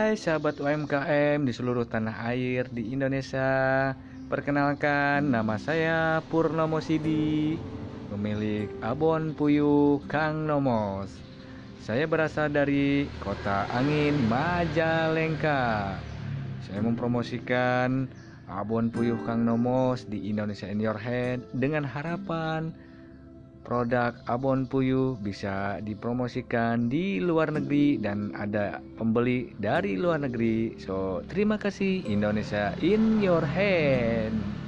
Hai sahabat UMKM di seluruh tanah air di Indonesia. Perkenalkan, nama saya Purnomo Sidi, pemilik Abon Puyuh Kang Nomos. Saya berasal dari Kota Angin, Majalengka. Saya mempromosikan Abon Puyuh Kang Nomos di Indonesia in Your Hand dengan harapan produk Abon Puyuh bisa dipromosikan di luar negeri dan ada pembeli dari luar negeri. So, terima kasih Indonesia in your hand.